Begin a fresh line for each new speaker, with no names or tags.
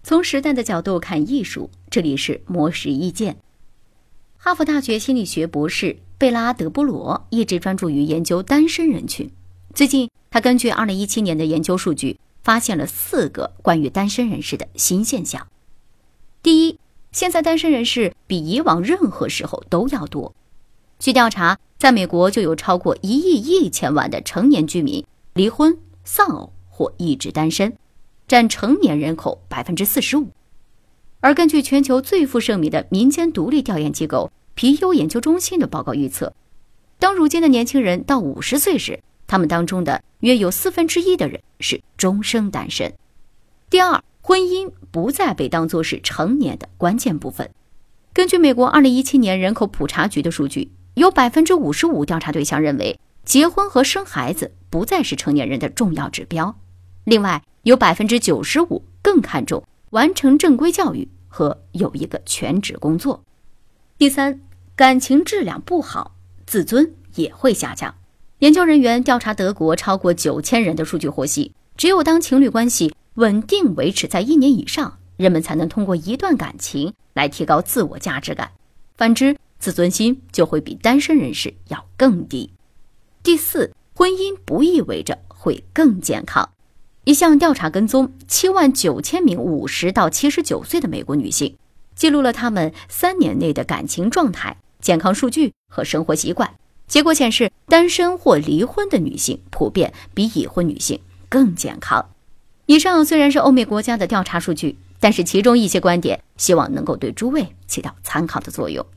从时代的角度看艺术，这里是魔石意见。哈佛大学心理学博士贝拉德波罗一直专注于研究单身人群。最近，他根据2017年的研究数据，发现了4个关于单身人士的新现象。第一，现在单身人士比以往任何时候都要多。据调查，在美国就有超过1亿1千万的成年居民离婚、丧偶或一直单身，占成年人口45%。而根据全球最负盛名的民间独立调研机构皮尤研究中心的报告预测，当如今的年轻人到50岁时，他们当中的约有1/4的人是终生单身。第二，婚姻不再被当作是成年的关键部分。根据美国2017年人口普查局的数据，有55%调查对象认为结婚和生孩子不再是成年人的重要指标。另外，有95%更看重完成正规教育和有一个全职工作。第三，感情质量不好，自尊也会下降。研究人员调查德国超过9000人的数据获悉，只有当情侣关系稳定维持在1年以上，人们才能通过一段感情来提高自我价值感，反之，自尊心就会比单身人士要更低。第四，婚姻不意味着会更健康。一项调查跟踪79000名50到79岁的美国女性，记录了她们3年内的感情状态、健康数据和生活习惯。结果显示，单身或离婚的女性普遍比已婚女性更健康。以上虽然是欧美国家的调查数据，但是其中一些观点希望能够对诸位起到参考的作用。